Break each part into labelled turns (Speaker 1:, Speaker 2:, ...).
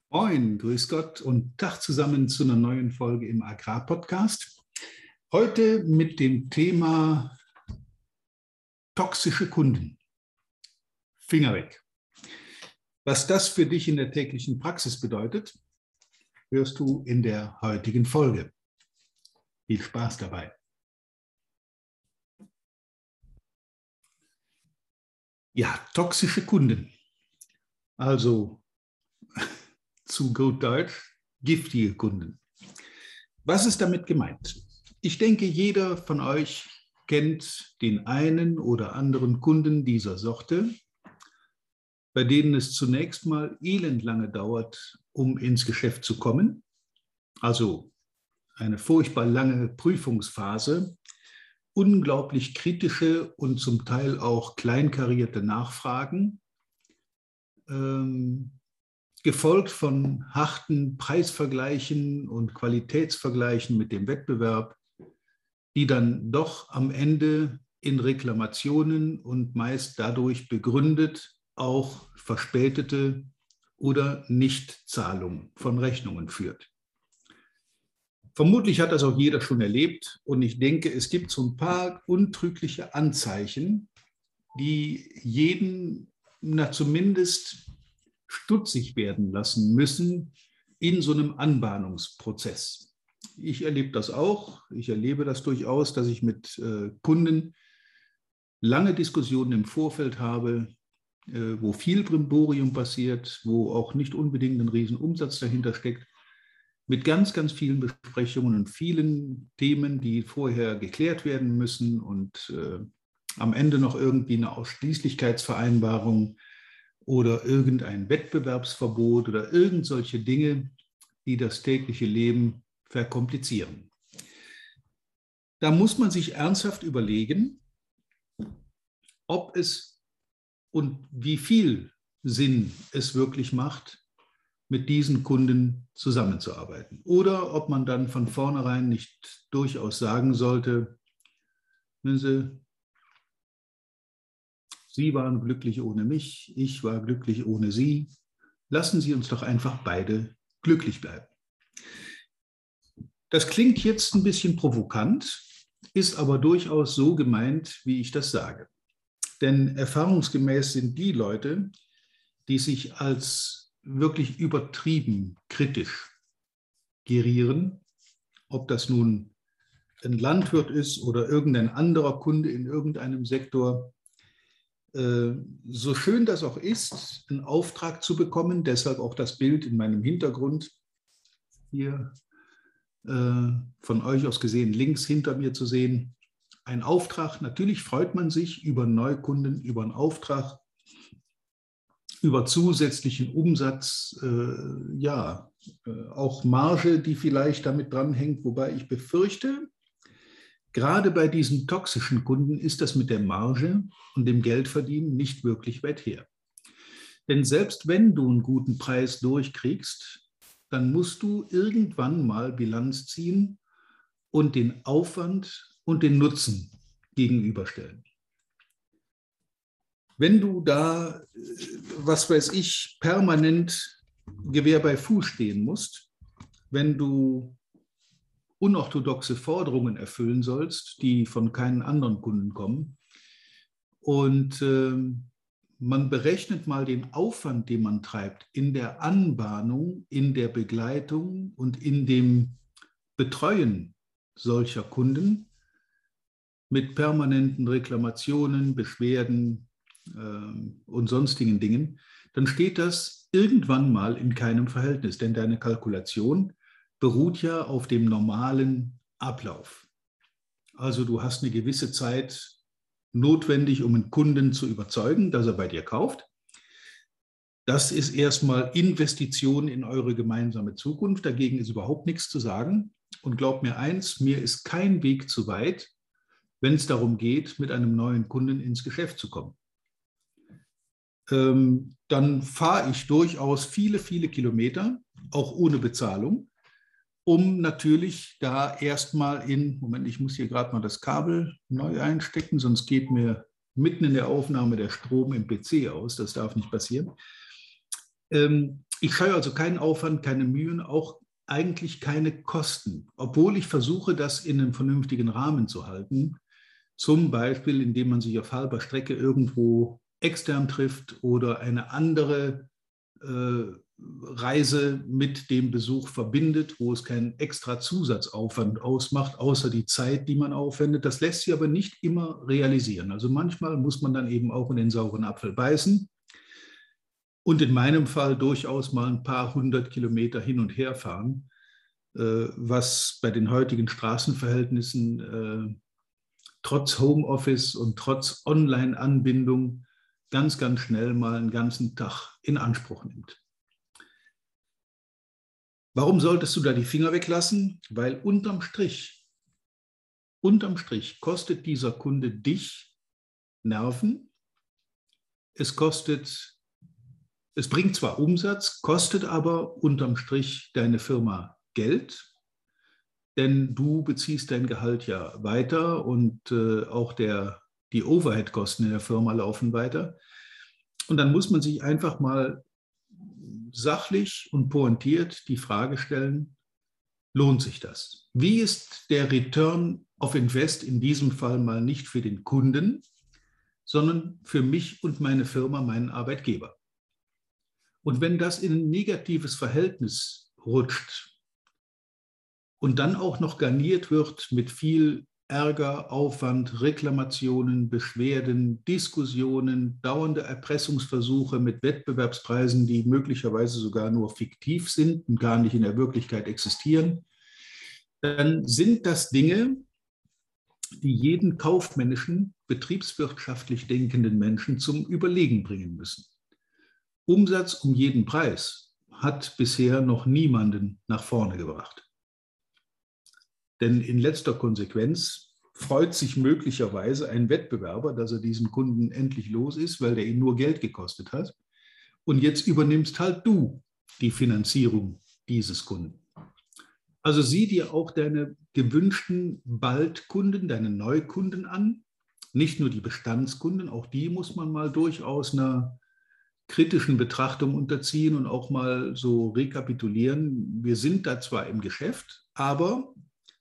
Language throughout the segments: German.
Speaker 1: Moin, grüß Gott und Tag zusammen zu einer neuen Folge im Agrarpodcast. Heute mit dem Thema toxische Kunden. Finger weg. Was das für dich in der täglichen Praxis bedeutet, hörst du in der heutigen Folge. Viel Spaß dabei. Ja, toxische Kunden. Also zu gut Deutsch, giftige Kunden. Was ist damit gemeint? Ich denke, jeder von euch kennt den einen oder anderen Kunden dieser Sorte, bei denen es zunächst mal elendlange dauert, um ins Geschäft zu kommen. Also eine furchtbar lange Prüfungsphase, unglaublich kritische und zum Teil auch kleinkarierte Nachfragen, gefolgt von harten Preisvergleichen und Qualitätsvergleichen mit dem Wettbewerb, die dann doch am Ende in Reklamationen und meist dadurch begründet auch verspätete oder Nichtzahlung von Rechnungen führt. Vermutlich hat das auch jeder schon erlebt und ich denke, es gibt so ein paar untrügliche Anzeichen, die jeden zumindest stutzig werden lassen müssen in so einem Anbahnungsprozess. Ich erlebe das auch. Ich erlebe das durchaus, dass ich mit Kunden lange Diskussionen im Vorfeld habe, wo viel Brimborium passiert, wo auch nicht unbedingt ein Riesenumsatz dahinter steckt, mit ganz, ganz vielen Besprechungen und vielen Themen, die vorher geklärt werden müssen und am Ende noch irgendwie eine Ausschließlichkeitsvereinbarung oder irgendein Wettbewerbsverbot oder irgend solche Dinge, die das tägliche Leben verkomplizieren. Da muss man sich ernsthaft überlegen, ob es und wie viel Sinn es wirklich macht, mit diesen Kunden zusammenzuarbeiten. Oder ob man dann von vornherein nicht durchaus sagen sollte, Sie waren glücklich ohne mich, ich war glücklich ohne Sie. Lassen Sie uns doch einfach beide glücklich bleiben. Das klingt jetzt ein bisschen provokant, ist aber durchaus so gemeint, wie ich das sage. Denn erfahrungsgemäß sind die Leute, die sich als wirklich übertrieben kritisch gerieren, ob das nun ein Landwirt ist oder irgendein anderer Kunde in irgendeinem Sektor, so schön das auch ist, einen Auftrag zu bekommen, deshalb auch das Bild in meinem Hintergrund hier von euch aus gesehen links hinter mir zu sehen. Ein Auftrag, natürlich freut man sich über Neukunden, über einen Auftrag, über zusätzlichen Umsatz, auch Marge, die vielleicht damit dranhängt, wobei ich befürchte, gerade bei diesen toxischen Kunden ist das mit der Marge und dem Geldverdienen nicht wirklich weit her. Denn selbst wenn du einen guten Preis durchkriegst, dann musst du irgendwann mal Bilanz ziehen und den Aufwand und den Nutzen gegenüberstellen. Wenn du da, was weiß ich, permanent Gewehr bei Fuß stehen musst, wenn du unorthodoxe Forderungen erfüllen sollst, die von keinen anderen Kunden kommen, und man berechnet mal den Aufwand, den man treibt in der Anbahnung, in der Begleitung und in dem Betreuen solcher Kunden mit permanenten Reklamationen, Beschwerden und sonstigen Dingen, dann steht das irgendwann mal in keinem Verhältnis, denn deine Kalkulation beruht ja auf dem normalen Ablauf. Also du hast eine gewisse Zeit notwendig, um einen Kunden zu überzeugen, dass er bei dir kauft. Das ist erstmal Investition in eure gemeinsame Zukunft. Dagegen ist überhaupt nichts zu sagen. Und glaubt mir eins, mir ist kein Weg zu weit, wenn es darum geht, mit einem neuen Kunden ins Geschäft zu kommen. Dann fahre ich durchaus viele, viele Kilometer, auch ohne Bezahlung, um natürlich da erstmal Moment, ich muss hier gerade mal das Kabel neu einstecken, sonst geht mir mitten in der Aufnahme der Strom im PC aus, das darf nicht passieren. Ich scheue also keinen Aufwand, keine Mühen, auch eigentlich keine Kosten, obwohl ich versuche, das in einem vernünftigen Rahmen zu halten. Zum Beispiel, indem man sich auf halber Strecke irgendwo extern trifft oder eine andere Reise mit dem Besuch verbindet, wo es keinen extra Zusatzaufwand ausmacht, außer die Zeit, die man aufwendet. Das lässt sich aber nicht immer realisieren. Also manchmal muss man dann eben auch in den sauren Apfel beißen und in meinem Fall durchaus mal ein paar 100 Kilometer hin und her fahren, was bei den heutigen Straßenverhältnissen trotz Homeoffice und trotz Online-Anbindung ganz, ganz schnell mal einen ganzen Tag in Anspruch nimmt. Warum solltest du da die Finger weglassen? Weil unterm Strich kostet dieser Kunde dich Nerven. Es bringt zwar Umsatz, kostet aber unterm Strich deine Firma Geld, denn du beziehst dein Gehalt ja weiter und auch die Overhead-Kosten in der Firma laufen weiter. Und dann muss man sich einfach mal sachlich und pointiert die Frage stellen, lohnt sich das? Wie ist der Return of Invest in diesem Fall mal nicht für den Kunden, sondern für mich und meine Firma, meinen Arbeitgeber? Und wenn das in ein negatives Verhältnis rutscht und dann auch noch garniert wird mit viel Ärger, Aufwand, Reklamationen, Beschwerden, Diskussionen, dauernde Erpressungsversuche mit Wettbewerbspreisen, die möglicherweise sogar nur fiktiv sind und gar nicht in der Wirklichkeit existieren, dann sind das Dinge, die jeden kaufmännischen, betriebswirtschaftlich denkenden Menschen zum Überlegen bringen müssen. Umsatz um jeden Preis hat bisher noch niemanden nach vorne gebracht. Denn in letzter Konsequenz freut sich möglicherweise ein Wettbewerber, dass er diesen Kunden endlich los ist, weil der ihn nur Geld gekostet hat. Und jetzt übernimmst halt du die Finanzierung dieses Kunden. Also sieh dir auch deine gewünschten Baldkunden, deine Neukunden an. Nicht nur die Bestandskunden, auch die muss man mal durchaus einer kritischen Betrachtung unterziehen und auch mal so rekapitulieren. Wir sind da zwar im Geschäft, aber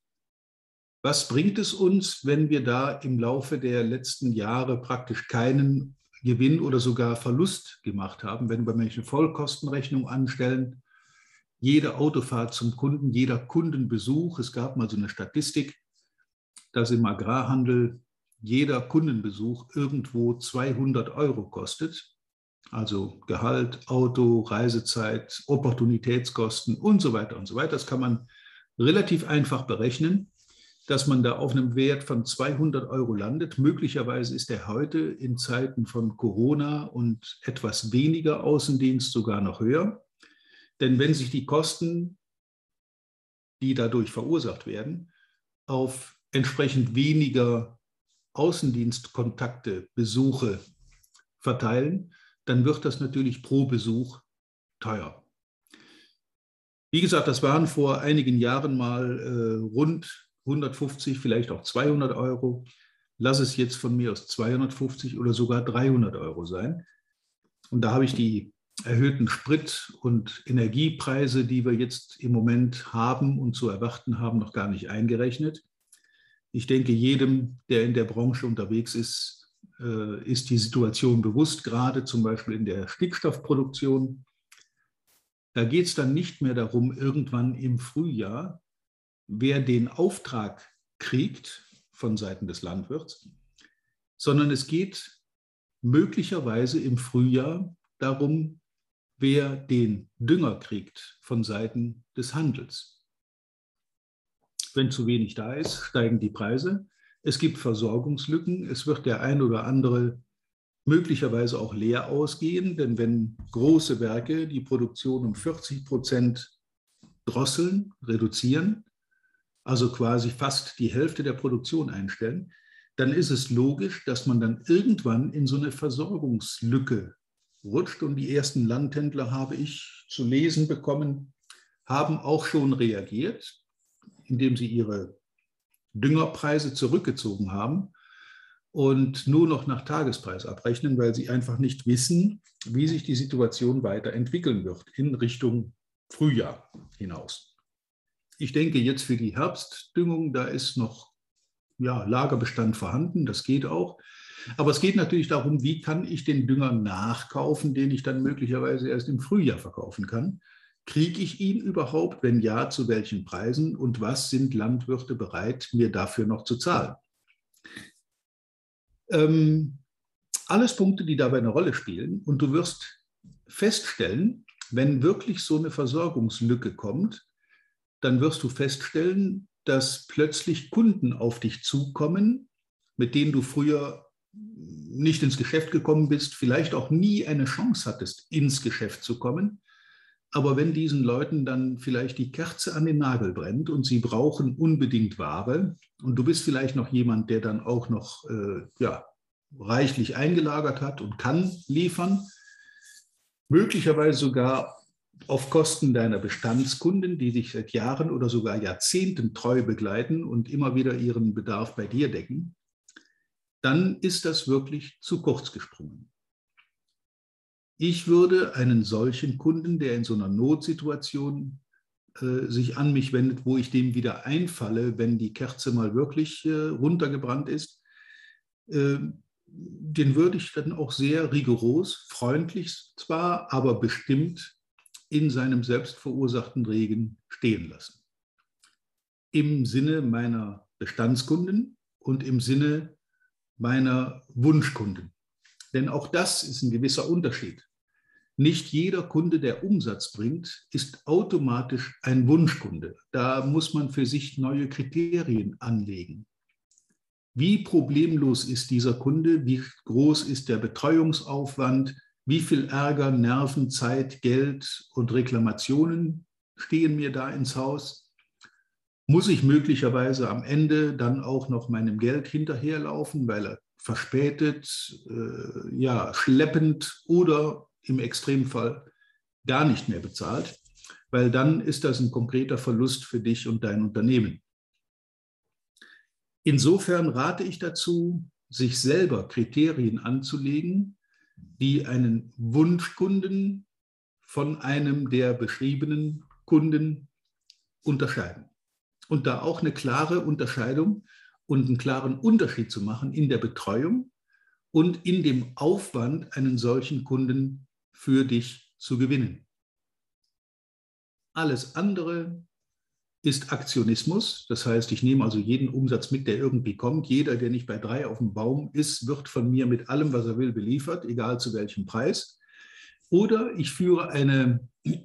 Speaker 1: was bringt es uns, wenn wir da im Laufe der letzten Jahre praktisch keinen Gewinn oder sogar Verlust gemacht haben, wenn wir eine Vollkostenrechnung anstellen? Jede Autofahrt zum Kunden, jeder Kundenbesuch, es gab mal so eine Statistik, dass im Agrarhandel jeder Kundenbesuch irgendwo 200 € kostet. Also Gehalt, Auto, Reisezeit, Opportunitätskosten und so weiter und so weiter. Das kann man relativ einfach berechnen, dass man da auf einem Wert von 200 € landet. Möglicherweise ist er heute in Zeiten von Corona und etwas weniger Außendienst sogar noch höher. Denn wenn sich die Kosten, die dadurch verursacht werden, auf entsprechend weniger Außendienstkontakte, Besuche verteilen, dann wird das natürlich pro Besuch teuer. Wie gesagt, das waren vor einigen Jahren mal rund 150, vielleicht auch 200 €. Lass es jetzt von mir aus 250 oder sogar 300 € sein. Und da habe ich die erhöhten Sprit- und Energiepreise, die wir jetzt im Moment haben und zu erwarten haben, noch gar nicht eingerechnet. Ich denke, jedem, der in der Branche unterwegs ist die Situation bewusst, gerade zum Beispiel in der Stickstoffproduktion. Da geht es dann nicht mehr darum, irgendwann im Frühjahr, wer den Auftrag kriegt von Seiten des Landwirts, sondern es geht möglicherweise im Frühjahr darum, wer den Dünger kriegt von Seiten des Handels. Wenn zu wenig da ist, steigen die Preise. Es gibt Versorgungslücken. Es wird der ein oder andere möglicherweise auch leer ausgehen, denn wenn große Werke die Produktion um 40% drosseln, reduzieren, also quasi fast die Hälfte der Produktion einstellen, dann ist es logisch, dass man dann irgendwann in so eine Versorgungslücke rutscht. Und die ersten Landhändler, habe ich zu lesen bekommen, haben auch schon reagiert, indem sie ihre Düngerpreise zurückgezogen haben und nur noch nach Tagespreis abrechnen, weil sie einfach nicht wissen, wie sich die Situation weiterentwickeln wird in Richtung Frühjahr hinaus. Ich denke jetzt für die Herbstdüngung, da ist noch Lagerbestand vorhanden, das geht auch. Aber es geht natürlich darum, wie kann ich den Dünger nachkaufen, den ich dann möglicherweise erst im Frühjahr verkaufen kann. Kriege ich ihn überhaupt? Wenn ja, zu welchen Preisen? Und was sind Landwirte bereit, mir dafür noch zu zahlen? Alles Punkte, die dabei eine Rolle spielen. Und du wirst feststellen, wenn wirklich so eine Versorgungslücke kommt, dann wirst du feststellen, dass plötzlich Kunden auf dich zukommen, mit denen du früher nicht ins Geschäft gekommen bist, vielleicht auch nie eine Chance hattest, ins Geschäft zu kommen. Aber wenn diesen Leuten dann vielleicht die Kerze an den Nagel brennt und sie brauchen unbedingt Ware und du bist vielleicht noch jemand, der dann auch noch reichlich eingelagert hat und kann liefern, möglicherweise sogar auf Kosten deiner Bestandskunden, die dich seit Jahren oder sogar Jahrzehnten treu begleiten und immer wieder ihren Bedarf bei dir decken, dann ist das wirklich zu kurz gesprungen. Ich würde einen solchen Kunden, der in so einer Notsituation sich an mich wendet, wo ich dem wieder einfalle, wenn die Kerze mal wirklich runtergebrannt ist, den würde ich dann auch sehr rigoros, freundlich zwar, aber bestimmt in seinem selbst verursachten Regen stehen lassen. Im Sinne meiner Bestandskunden und im Sinne meiner Wunschkunden. Denn auch das ist ein gewisser Unterschied. Nicht jeder Kunde, der Umsatz bringt, ist automatisch ein Wunschkunde. Da muss man für sich neue Kriterien anlegen. Wie problemlos ist dieser Kunde? Wie groß ist der Betreuungsaufwand? Wie viel Ärger, Nerven, Zeit, Geld und Reklamationen stehen mir da ins Haus? Muss ich möglicherweise am Ende dann auch noch meinem Geld hinterherlaufen, weil er verspätet, schleppend oder im Extremfall gar nicht mehr bezahlt? Weil dann ist das ein konkreter Verlust für dich und dein Unternehmen. Insofern rate ich dazu, sich selber Kriterien anzulegen, die einen Wunschkunden von einem der beschriebenen Kunden unterscheiden. Und da auch eine klare Unterscheidung und einen klaren Unterschied zu machen in der Betreuung und in dem Aufwand, einen solchen Kunden für dich zu gewinnen. Alles andere ist Aktionismus. Das heißt, ich nehme also jeden Umsatz mit, der irgendwie kommt. Jeder, der nicht bei 3 auf dem Baum ist, wird von mir mit allem, was er will, beliefert, egal zu welchem Preis. Oder ich führe eine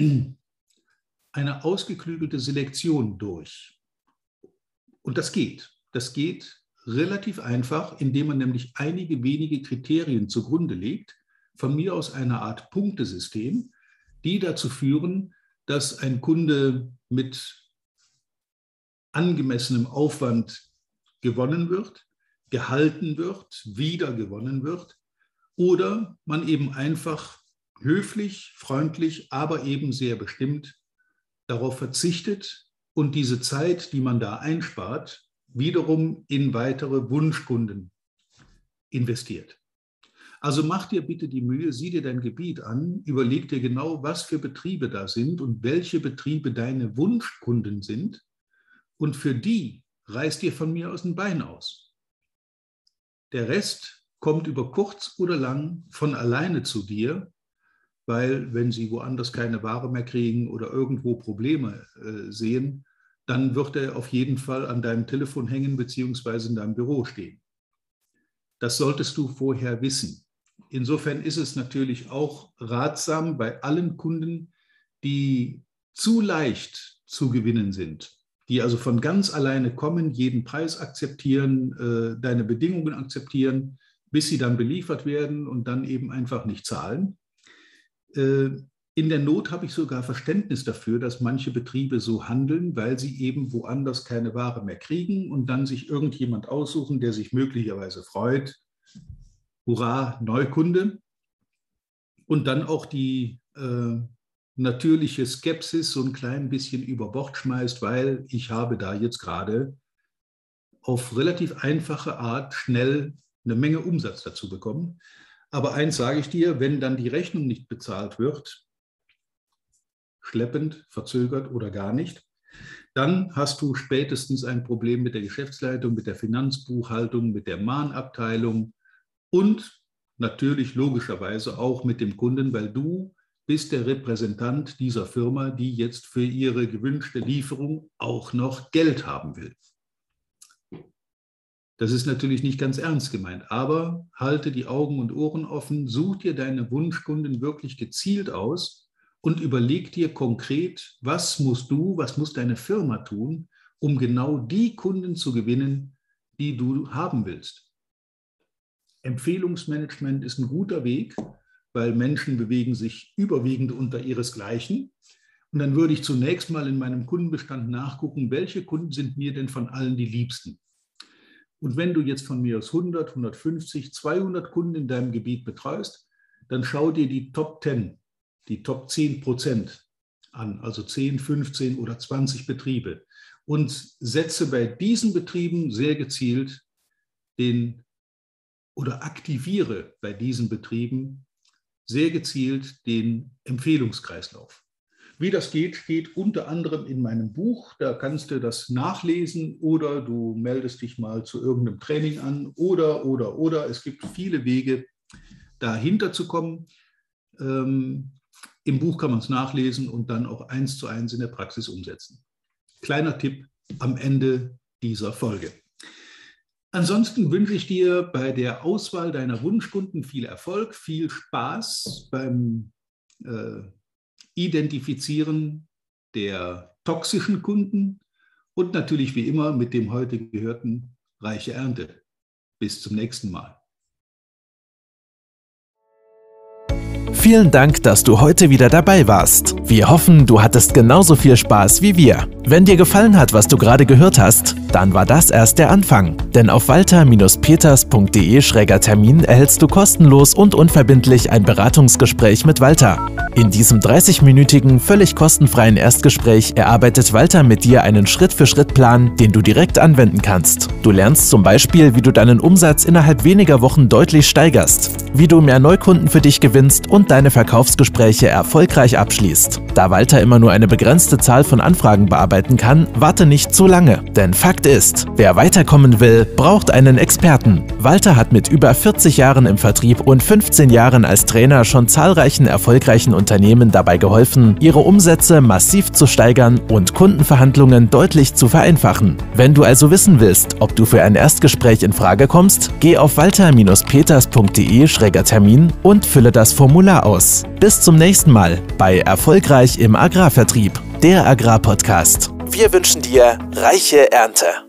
Speaker 1: ausgeklügelte Selektion durch. Und das geht. Das geht relativ einfach, indem man nämlich einige wenige Kriterien zugrunde legt, von mir aus eine Art Punktesystem, die dazu führen, dass ein Kunde mit angemessenem Aufwand gewonnen wird, gehalten wird, wieder gewonnen wird oder man eben einfach höflich, freundlich, aber eben sehr bestimmt darauf verzichtet und diese Zeit, die man da einspart, wiederum in weitere Wunschkunden investiert. Also mach dir bitte die Mühe, sieh dir dein Gebiet an, überleg dir genau, was für Betriebe da sind und welche Betriebe deine Wunschkunden sind. Und für die reiß dir von mir aus ein Bein aus. Der Rest kommt über kurz oder lang von alleine zu dir, weil wenn sie woanders keine Ware mehr kriegen oder irgendwo Probleme sehen, dann wird er auf jeden Fall an deinem Telefon hängen bzw. in deinem Büro stehen. Das solltest du vorher wissen. Insofern ist es natürlich auch ratsam bei allen Kunden, die zu leicht zu gewinnen sind, die also von ganz alleine kommen, jeden Preis akzeptieren, deine Bedingungen akzeptieren, bis sie dann beliefert werden und dann eben einfach nicht zahlen. In der Not habe ich sogar Verständnis dafür, dass manche Betriebe so handeln, weil sie eben woanders keine Ware mehr kriegen und dann sich irgendjemand aussuchen, der sich möglicherweise freut. Hurra, Neukunde. Und dann auch die natürliche Skepsis so ein klein bisschen über Bord schmeißt, weil ich habe da jetzt gerade auf relativ einfache Art schnell eine Menge Umsatz dazu bekommen. Aber eins sage ich dir, wenn dann die Rechnung nicht bezahlt wird, schleppend, verzögert oder gar nicht, dann hast du spätestens ein Problem mit der Geschäftsleitung, mit der Finanzbuchhaltung, mit der Mahnabteilung und natürlich logischerweise auch mit dem Kunden, weil du bist der Repräsentant dieser Firma, die jetzt für ihre gewünschte Lieferung auch noch Geld haben will. Das ist natürlich nicht ganz ernst gemeint, aber halte die Augen und Ohren offen, such dir deine Wunschkunden wirklich gezielt aus und überleg dir konkret, was muss deine Firma tun, um genau die Kunden zu gewinnen, die du haben willst. Empfehlungsmanagement ist ein guter Weg, weil Menschen bewegen sich überwiegend unter ihresgleichen. Und dann würde ich zunächst mal in meinem Kundenbestand nachgucken, welche Kunden sind mir denn von allen die liebsten. Und wenn du jetzt von mir aus 100, 150, 200 Kunden in deinem Gebiet betreust, dann schau dir die Top 10, die Top 10% an, also 10, 15 oder 20 Betriebe und setze bei diesen Betrieben sehr gezielt aktiviere bei diesen Betrieben sehr gezielt den Empfehlungskreislauf. Wie das geht, steht unter anderem in meinem Buch. Da kannst du das nachlesen oder du meldest dich mal zu irgendeinem Training an oder. Es gibt viele Wege, dahinter zu kommen. Im Buch kann man es nachlesen und dann auch 1:1 in der Praxis umsetzen. Kleiner Tipp am Ende dieser Folge. Ansonsten wünsche ich dir bei der Auswahl deiner Wunschkunden viel Erfolg, viel Spaß beim Identifizieren der toxischen Kunden und natürlich wie immer mit dem heute gehörten reiche Ernte. Bis zum nächsten Mal.
Speaker 2: Vielen Dank, dass du heute wieder dabei warst. Wir hoffen, du hattest genauso viel Spaß wie wir. Wenn dir gefallen hat, was du gerade gehört hast, dann war das erst der Anfang. Denn auf walter-peters.de/Termin erhältst du kostenlos und unverbindlich ein Beratungsgespräch mit Walter. In diesem 30-minütigen, völlig kostenfreien Erstgespräch erarbeitet Walter mit dir einen Schritt-für-Schritt-Plan, den du direkt anwenden kannst. Du lernst zum Beispiel, wie du deinen Umsatz innerhalb weniger Wochen deutlich steigerst, wie du mehr Neukunden für dich gewinnst und deine Verkaufsgespräche erfolgreich abschließt. Da Walter immer nur eine begrenzte Zahl von Anfragen bearbeiten kann, warte nicht zu lange. Denn Fakt ist, wer weiterkommen will, braucht einen Experten. Walter hat mit über 40 Jahren im Vertrieb und 15 Jahren als Trainer schon zahlreichen erfolgreichen Unternehmen dabei geholfen, ihre Umsätze massiv zu steigern und Kundenverhandlungen deutlich zu vereinfachen. Wenn du also wissen willst, ob du für ein Erstgespräch in Frage kommst, geh auf walter-peters.de/Termin und fülle das Formular aus. Bis zum nächsten Mal bei Erfolgreich im Agrarvertrieb, der Agrarpodcast. Wir wünschen dir reiche Ernte.